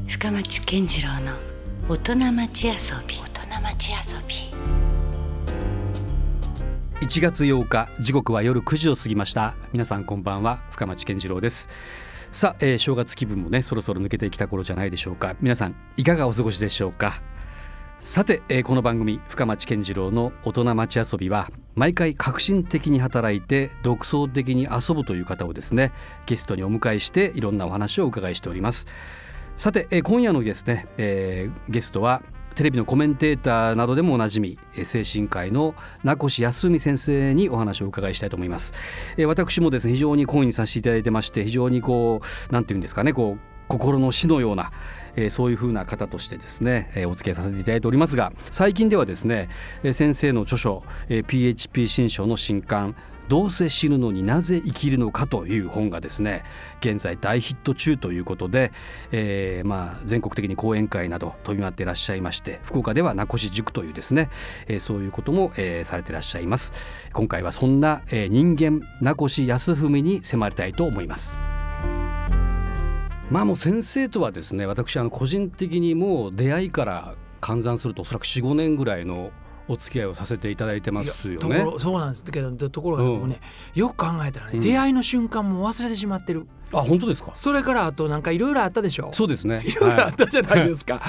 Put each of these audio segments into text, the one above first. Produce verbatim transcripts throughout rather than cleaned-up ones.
深町健次郎の大人町遊び。大人町遊び。 いちがつようか、時刻は夜くじを過ぎました。皆さんこんばんは、深町健次郎です。さあ、えー、正月気分もねそろそろ抜けてきた頃じゃないでしょうか。皆さんいかがお過ごしでしょうか。さて、えー、この番組深町健次郎の大人町遊びは毎回革新的に働いて独創的に遊ぶという方をですねゲストにお迎えしていろんなお話をお伺いしております。さて、えー、今夜のですね、えー、ゲストはテレビのコメンテーターなどでもおなじみ、精神科医の名越康文先生にお話をお伺いしたいと思います。えー、私もですね非常に懇意にさせていただいてまして、非常にこうなんていうんですかね、こう心の師のような、えー、そういう風な方としてですね、えー、お付き合いさせていただいておりますが、最近ではですね、えー、先生の著書、えー、ピーエイチピー 新書の新刊、どうせ死ぬのになぜ生きるのかという本がですね現在大ヒット中ということで、えーまあ、全国的に講演会など飛び回っていらっしゃいまして、福岡では名越塾というですね、えー、そういうことも、えー、されていらっしゃいます。今回はそんな、えー、人間名越康文に迫りたいと思います。まあもう先生とはですね、私あの個人的にもう出会いから換算するとおそらく よん,ご 年ぐらいのお付き合いをさせていただいてますよね。 ところそうなんですけど、ところが僕ね、うん、よく考えたらね、うん、出会いの瞬間も忘れてしまってる。 あ、本当ですか。 それからあとなんかいろいろあったでしょ。 そうですね、 いろいろあったじゃないですか、はい、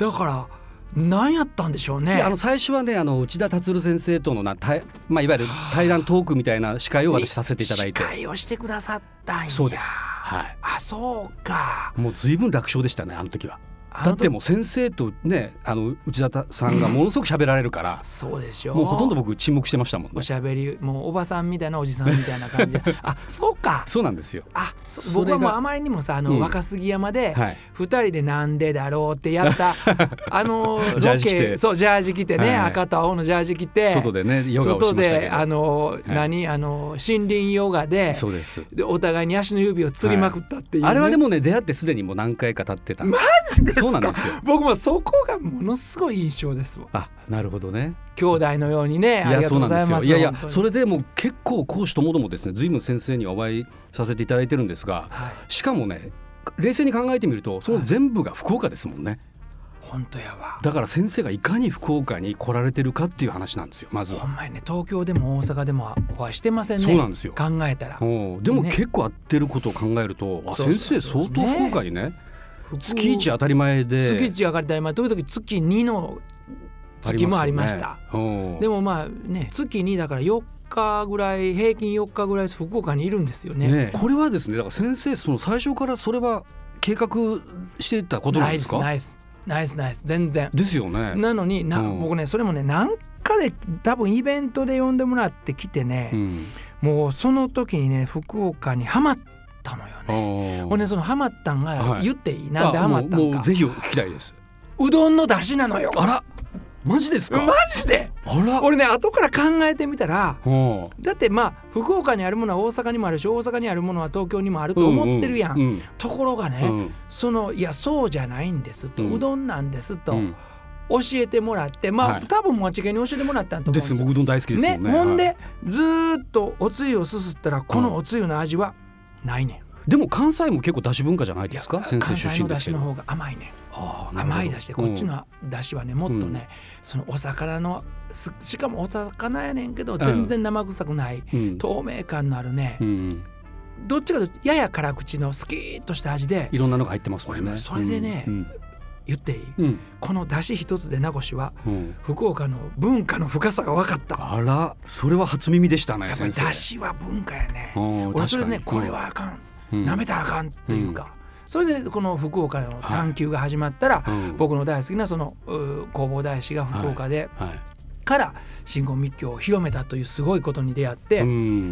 だから何やったんでしょうね。 いやあの最初はねあの内田達先生とのな、まあ、いわゆる対談トークみたいな司会を私させていただいて、 司会をしてくださったんや。 そうです、はい、 あ、そうか。 もう随分楽勝でしたね、あの時は。だってもう先生とねあの内田さんがものすごく喋られるからそうでしょう。 もうほとんど僕沈黙してましたもんね。 おしゃべりもうおばさんみたいなおじさんみたいな感じであ、そうか。 そうなんですよ。 あ、僕はもうあまりにもさあの、うん、若杉山でふたりでなんでだろうってやったあのロケ、 ジャージ着て、 そうジャージ着てね、はい、赤と青のジャージ着て外でねヨガをしましたけど、 外であの、はい、何あの森林ヨガで、 そうです。 でお互いに足の指をつりまくったっていう、ね、 はい、あれはでもね出会ってすでにもう何回か経ってた。 マジですか。 そうなんですよ。 僕もそこがものすごい印象ですわ。 あ、なるほどね。 兄弟のようにね、ありがとうございます。 いや、いやいや、それでもう結構講師ともどもですね随分先生にお会いさせていただいてるんですが、はい、しかもね冷静に考えてみるとその全部が福岡ですもんね、はい、 本当やわ。 だから先生がいかに福岡に来られてるかっていう話なんですよ。まずはほんまにね、東京でも大阪でもお会いしてませんね。 そうなんですよ。 考えたらでも結構合ってることを考えると、ね、あ、先生相当福岡にね月いち当たり前で、 月いち当たり前、時々月にの月もありました、ね、でもまあね月にだからよっかぐらい、平均よっかぐらい福岡にいるんですよ ね, ね。これはですねだから先生その最初からそれは計画していたことなんですか。 ナイスナイスナイス全然ですよね。 なのにな、僕ねそれもね何かで多分イベントで呼んでもらってきてね、うん、もうその時にね福岡にハマったのよね。ほんでそのハマったんが言っていい、はい、なんでハマったんか。 もう、もうぜひ聞きたいです。 うどんの出汁なのよ。 あら、マジですか。 マジで。 あら、 俺ね後から考えてみたら、だってまあ福岡にあるものは大阪にもあるし、大阪にあるものは東京にもあると思ってるやん、うんうん、ところがね、うん、そのいやそうじゃないんですと、うん、うどんなんですと、うん、教えてもらって、まあ、はい、多分間違いに教えてもらったんと思うんですよ。 です、うどん大好きですもんね。 ね、ほんで、はい、ずっとおつゆをすすったらこのおつゆの味はないねん、 うん、でも関西も結構だし文化じゃないですか。先生出身ですけど関西のだしの方が甘いねん。甘いだしで、こっちのだしはねもっとね、うん、そのお魚のしかもお魚やねんけど全然生臭くない、うん、透明感のあるね、うん、どっちかというとやや辛口のスキーッとした味でいろんなのが入ってますもんね。 それでね、うん、言っていい、うん、このだし一つで名越は、うん、福岡の文化の深さが分かった。 あら、それは初耳でしたね。 やっぱりだしは文化やね。俺それね、これはあかん、うん、舐めたらあかんっていうか、うん、それでこの福岡の探求が始まったら、はい、うん、僕の大好きなその弘法大師が福岡で、はいはい、から真言密教を広めたというすごいことに出会って、うん、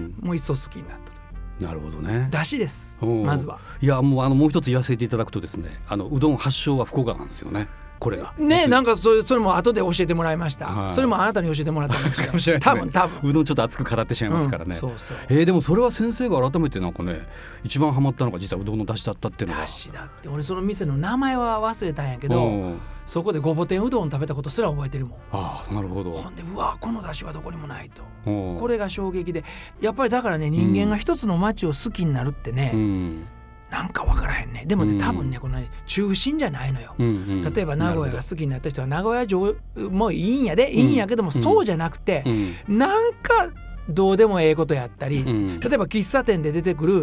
もう一層好きになったと。 なるほどね。 だしです。まずは。 いや、もうあのもう一つ言わせていただくとですね、あのうどん発祥は福岡なんですよね。これがね、なんかそれ、それも後で教えてもらいました、はい、それもあなたに教えてもらったかもしれない、ね、多分多分うどんちょっと熱く語ってしまいますからね、うん、 そうそう。 えー、でもそれは先生が改めてなんかね一番ハマったのが実はうどんの出汁だったっていうのが。 出汁だって、俺その店の名前は忘れたんやけど、そこでごぼ天うどん食べたことすら覚えてるもん。 ああ、なるほど。 ほんで、うわ、この出汁はどこにもないと、これが衝撃で、やっぱりだからね、人間が一つの町を好きになるってね、うん、 なんか分からへんね。でもね、うん、多分ねこのね中心じゃないのよ、うんうん、例えば名古屋が好きになった人は名古屋城もいいんやで、いいんやけども、うん、そうじゃなくて、うん、なんかどうでもええことやったり、うん、例えば喫茶店で出てくる、うん、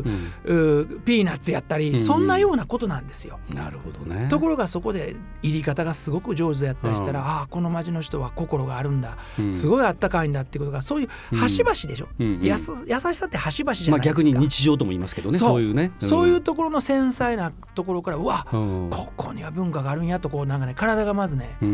ピーナッツやったり、うん、そんなようなことなんですよ。 なるほどね。ところがそこで入り方がすごく上手やったりしたら、うん、ああこの町の人は心があるんだ、うん、すごいあったかいんだっていうことが、そういう端々でしょ、うんうん、やす優しさって端々じゃないですか、まあ、 逆に日常とも言いますけどね。 そう、 そういうね、 うん、そういうところの繊細なところから、うわ、うん、ここには文化があるんやと、こうなんかね体がまずね、うん、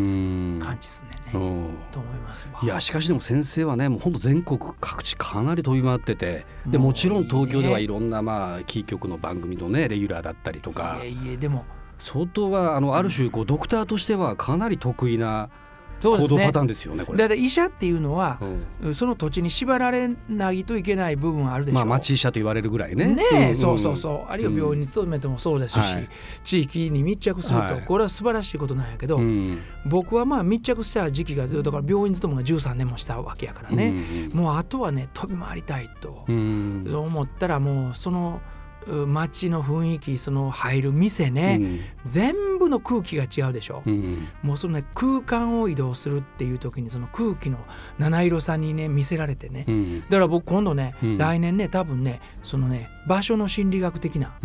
感知するね、うん、と思いますわ。 いやしかしでも先生はね、もう本当全国各地かなり飛び回ってて、でもちろん東京ではいろんなまあキー局の番組のねレギュラーだったりとか、 いえいえでも相当はあのある種こうドクターとしてはかなり得意な行動パターンですよね。これだから医者っていうのは、うん、その土地に縛られないといけない部分はあるでしょう。 まあ町医者と言われるぐらいね。 ねえ、うんうん、そうそうそう。あるいは病院に勤めてもそうですし、うん、地域に密着すると、はい、これは素晴らしいことなんやけど、うん、僕はまあ密着した時期がだから病院勤めがじゅうさんねんもしたわけやからね、うんうん、もうあとはね飛び回りたいと、うん、思ったらもうその街の雰囲気、その入る店ね、うん、全部の空気が違うでしょ、うん、もうそのね空間を移動するっていう時にその空気の七色さにね見せられてね、うん、だから僕今度ね、うん、来年ね多分ねそのね場所の心理学的な、うん、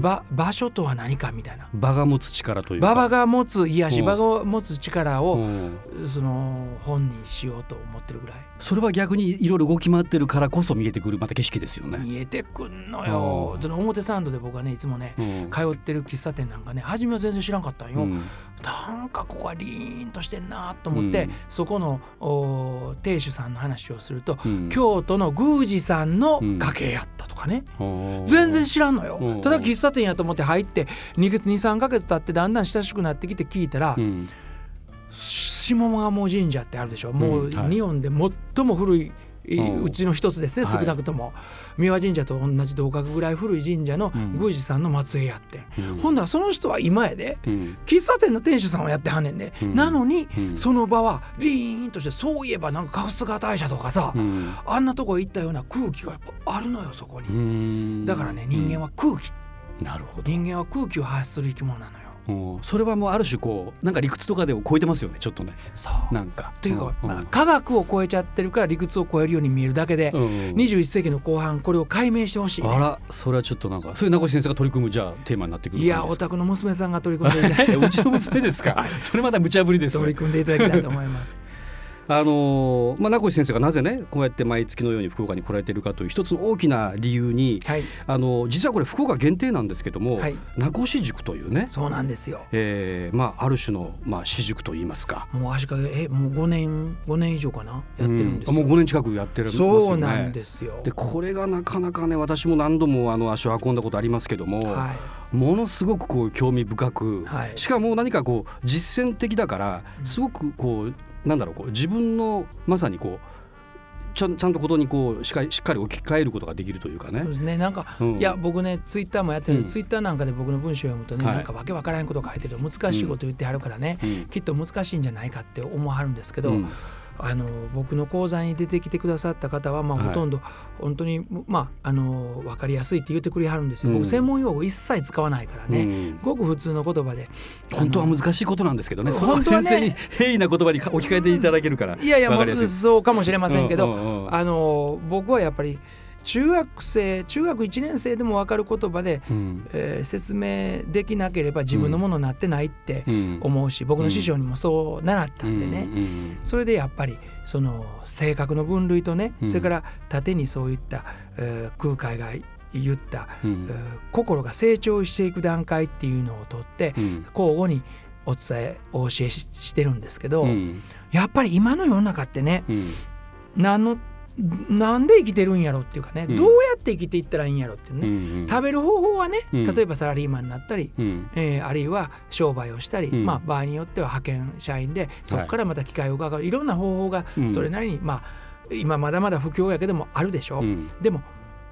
場, 場所とは何かみたいな、 場が持つ力というか、 場が持つ癒し、場が持つ力をその本にしようと思ってるぐらい。 それは逆にいろいろ動き回ってるからこそ見えてくるまた景色ですよね。 見えてくんのよ。その表参道で僕はねいつもね、うん、通ってる喫茶店なんかね初めは全然知らんかったんよ、うん、なんかここはリーンとしてんなと思って、うん、そこの亭主さんの話をすると、うん、京都の宮司さんの家系やったとかね、うん、全然知らんのよ。ただ喫茶店やと思って入ってにさんかげつ経ってだんだん親しくなってきて聞いたら、うん、下鴨神社ってあるでしょ、もう日本で最も古いうちの一つですね、少なくとも、はい、三輪神社と同じ同格ぐらい古い神社の宮司さんの末裔やって、うん、ほんならその人は今やで、うん、喫茶店の店主さんをやってはんねんで、うん、なのに、うん、その場はリーンとして、そういえばなんか春日大社とかさ、うん、あんなとこ行ったような空気がやっぱあるのよそこに、うん、だからね人間は空気、 うん、なるほど、 人間は空気を発する生き物なのよ。 それはもうある種こうなんか理屈とかでも超えてますよね、ちょっとね。 そうなんかというか、うんまあ、科学を超えちゃってるから理屈を超えるように見えるだけで、うん、にじゅういっせいきの後半これを解明してほしい、ね、 あらそれはちょっとなんかそういう名越先生が取り組むじゃあテーマになってくる。 いやお宅の娘さんが取り組んでいただいてうちの娘ですかそれまだ無茶ぶりです、ね、 取り組んでいただきたいと思いますあのーまあ、名越先生がなぜねこうやって毎月のように福岡に来られているかという一つの大きな理由に、はい、あの実はこれ福岡限定なんですけども、はい、名越塾というね、 そうなんですよ、 えーまあ、ある種の、まあ、私塾といいますか、 もう足掛けえもうごねんごねん以上かなやってるんですよ、 うん、もうごねん近くやってるんですよね。 そうなんですよ。 でこれがなかなかね私も何度もあの足を運んだことありますけども、はい、ものすごくこう興味深く、はい、しかも何かこう実践的だからすごくこうなんだろうこう自分のまさにこうちゃん、ちゃんとことにこうしっかり、しっかり置き換えることができるというかね。 そうですね、なんか、うん、いや僕ねツイッターもやってるんで、うん、ツイッターなんかで僕の文章を読むとね、はい、なんかわけわからんこと書いてる難しいこと言ってはるからね、うん、きっと難しいんじゃないかって思わはるんですけど、うんあの僕の講座に出てきてくださった方は、まあ、ほとんど本当に、まあ、あの分かりやすいって言ってくれはるんですよ、うん、僕専門用語一切使わないからね、うん、ごく普通の言葉で。 本当は難しいことなんですけどね、本当はね、先生に平易な言葉に置き換えていただけるからいやいやもうそうかもしれませんけど、うんうんうん、あの僕はやっぱり中学生中学いちねん生でも分かる言葉で、うんえー、説明できなければ自分のものになってないって思うし、うん、僕の師匠にもそう習ったんでね、うんうん、それでやっぱりその性格の分類とね、うん、それから縦にそういった、えー、空海が言った、うんえー、心が成長していく段階っていうのをとって、うん、交互にお伝えお教え し, してるんですけど、うん、やっぱり今の世の中ってね、うん、何のなんで生きてるんやろっていうかね、うん、どうやって生きていったらいいんやろっていうね、うんうん、食べる方法はね、うん、例えばサラリーマンになったり、うんえー、あるいは商売をしたり、うんまあ、場合によっては派遣社員でそこからまた機会を伺う、はい、いろんな方法がそれなりに、うんまあ、今まだまだ不況やけどもあるでしょ、うん、でも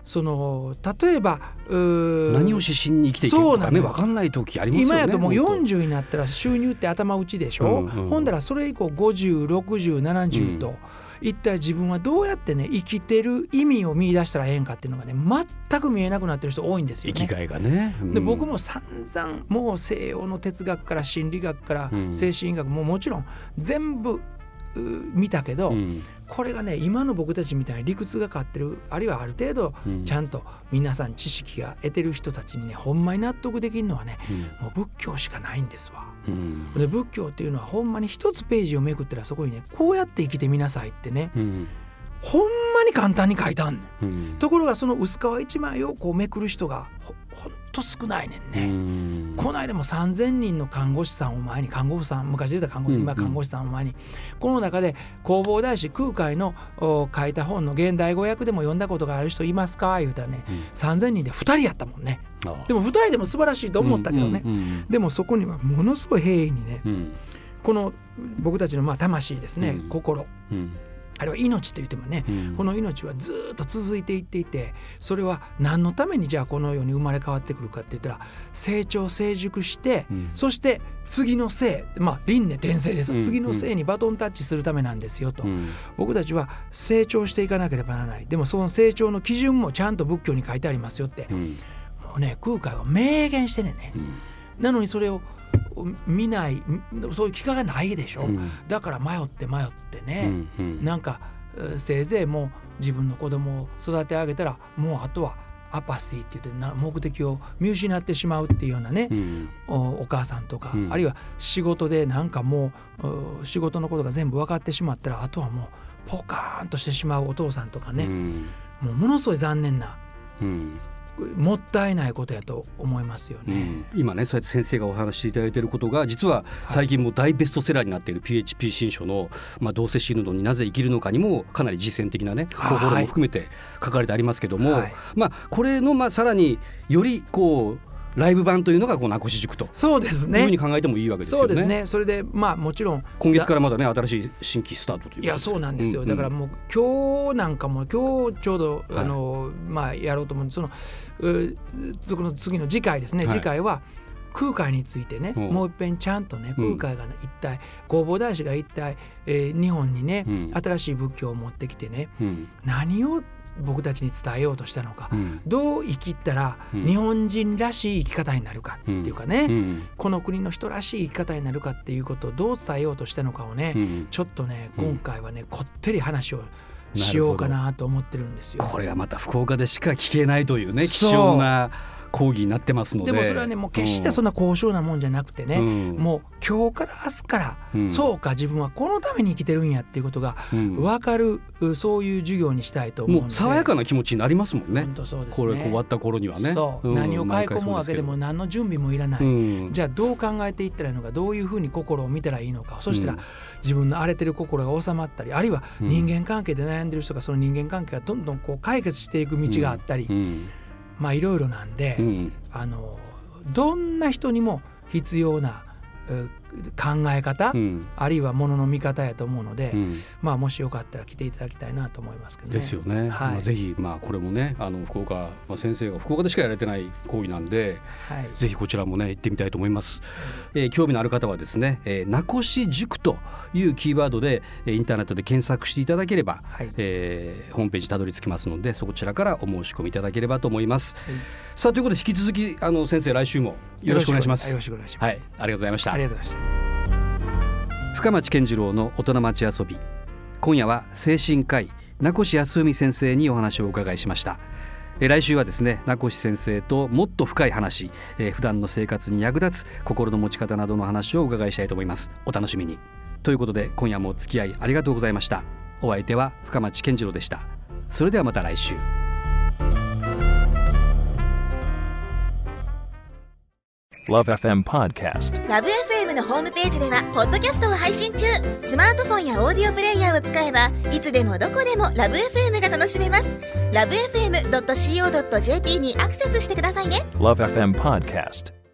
その例えば何を指針に生きていけるのかね分かんない時ありますよね。 今やともうよんじゅうになったら収入って頭打ちでしょ、うんうん、ほんだらそれ以降ごじゅう、ろくじゅう、ななじゅうと、うん、一体自分はどうやってね生きてる意味を見出したらええんかっていうのがね全く見えなくなってる人多いんですよね。 生きがいがね、うん、 で僕も散々もう西洋の哲学から心理学から精神医学ももちろん全部見たけど、うん、これがね今の僕たちみたいに理屈が勝ってるあるいはある程度ちゃんと皆さん知識が得てる人たちにねほんまに納得できるのはね、うん、もう仏教しかないんですわ、うん、で仏教っていうのはほんまに一つページをめくったらそこにねこうやって生きてみなさいってね、うん、ほんまに簡単に書いてあんねん、うん、ところがその薄皮一枚をこうめくる人がほほんと少ないねんね、うん、この間もさんぜんにんの看護師さんを前に看護婦さん昔出た看護師、今看護師さんを前にこの中で弘法大師空海の書いた本の現代語訳でも読んだことがある人いますか言うたらね、うん、さんぜんにんでふたりやったもんね。でもふたりでも素晴らしいと思ったけどね、うんうんうん、でもそこにはものすごい平易にね、うん、この僕たちのまあ魂ですね、うん、心、うんあれは命と言ってもね、うん、この命はずっと続いていっていてそれは何のためにじゃあこの世に生まれ変わってくるかって言ったら成長成熟して、うん、そして次の生まあ輪廻転生です、うん、次の生にバトンタッチするためなんですよと、うん、僕たちは成長していかなければならない。でもその成長の基準もちゃんと仏教に書いてありますよって、うん、もうね空海は明言してね、うん、なのにそれを見ないそういう機会がないでしょ、うん、だから迷って迷ってね、うんうん、なんかせいぜいもう自分の子供を育て上げたらもうあとはアパシーって言ってな目的を見失ってしまうっていうようなね、うん、お, お母さんとか、うん、あるいは仕事でなんかもう仕事のことが全部分かってしまったらあとはもうポカーンとしてしまうお父さんとかね、うん、もうものすごい残念な、うんもったいないことやと思いますよね、うん、 今ねそうやって先生がお話ししていただいていることが実は最近も大ベストセラーになっている ピーエイチピー 新書の、まあ、どうせ死ぬのになぜ生きるのかにもかなり実践的なね方法論も含めて書かれてありますけども、はいまあ、これのまあさらによりこうライブ版というのがこの名越塾とそうですねいうふうに考えてもいいわけですよね。 そうですね。それでまあもちろん今月からまだね新しい新規スタートといういやそうなんですよ、うんうん、だからもう今日なんかも今日ちょうど、はい、あのまあやろうと思うんでそのその次の次回ですね、はい、次回は空海についてね、うん、もう一遍ちゃんとね空海が、ね、一体弘法大師が一体、えー、日本にね、うん、新しい仏教を持ってきてね、うん、何を僕たちに伝えようとしたのか、うん、どう生きたら日本人らしい生き方になるかっていうかね、うんうん、この国の人らしい生き方になるかっていうことをどう伝えようとしたのかをね、うん、ちょっとね今回はねこってり話をしようかなと思ってるんですよ。 これがまた福岡でしか聞けないというね貴重な講義になってますので。 でもそれはねもう決してそんな高尚なもんじゃなくてね、うん、もう今日から明日から、うん、そうか自分はこのために生きてるんやっていうことが分かる、うん、そういう授業にしたいと思うのでもう爽やかな気持ちになりますもんね。 本当そうですね。 これ終わった頃にはねそう、うん、何を買い込むわけでも何の準備もいらない、うん、じゃあどう考えていったらいいのかどういうふうに心を見たらいいのかそしたら、うん、自分の荒れてる心が収まったりあるいは人間関係で悩んでる人がその人間関係がどんどんこう解決していく道があったり、うんうんまあいろいろなんで、うん、あのどんな人にも必要な考え方、うん、あるいはものの見方やと思うので、うんまあ、もしよかったら来ていただきたいなと思いますけどね。 ですよね、はいまあ、ぜひ、まあ、これもねあの福岡、まあ、先生が福岡でしかやられてない講義なんで、はい、ぜひこちらもね行ってみたいと思います、うんえー、興味のある方はですね、えー、名越塾というキーワードでインターネットで検索していただければ、はいえー、ホームページたどり着きますのでそちらからお申し込みいただければと思います、はい、さあということで引き続きあの先生来週もよろしくお願いします。 よろしくお願いします、はい、 ありがとうございました。 ありがとうございました。 深町健次郎の大人町遊び、今夜は精神科医名越康文先生にお話をお伺いしました。え来週はですね名越先生ともっと深い話、えー、普段の生活に役立つ心の持ち方などの話をお伺いしたいと思います。お楽しみに。ということで今夜もお付き合いありがとうございました。お相手は深町健次郎でした。それではまた来週。 ラブ エフエム Podcast。 ラブ エフエム のホームページではポッドキャストを配信中。スマートフォンやオーディオプレイヤーを使えばいつでもどこでもラブ エフエム が楽しめます。ラブ エフエムドットシーオードットジェーピー にアクセスしてくださいね。 ラブ エフエム Podcast。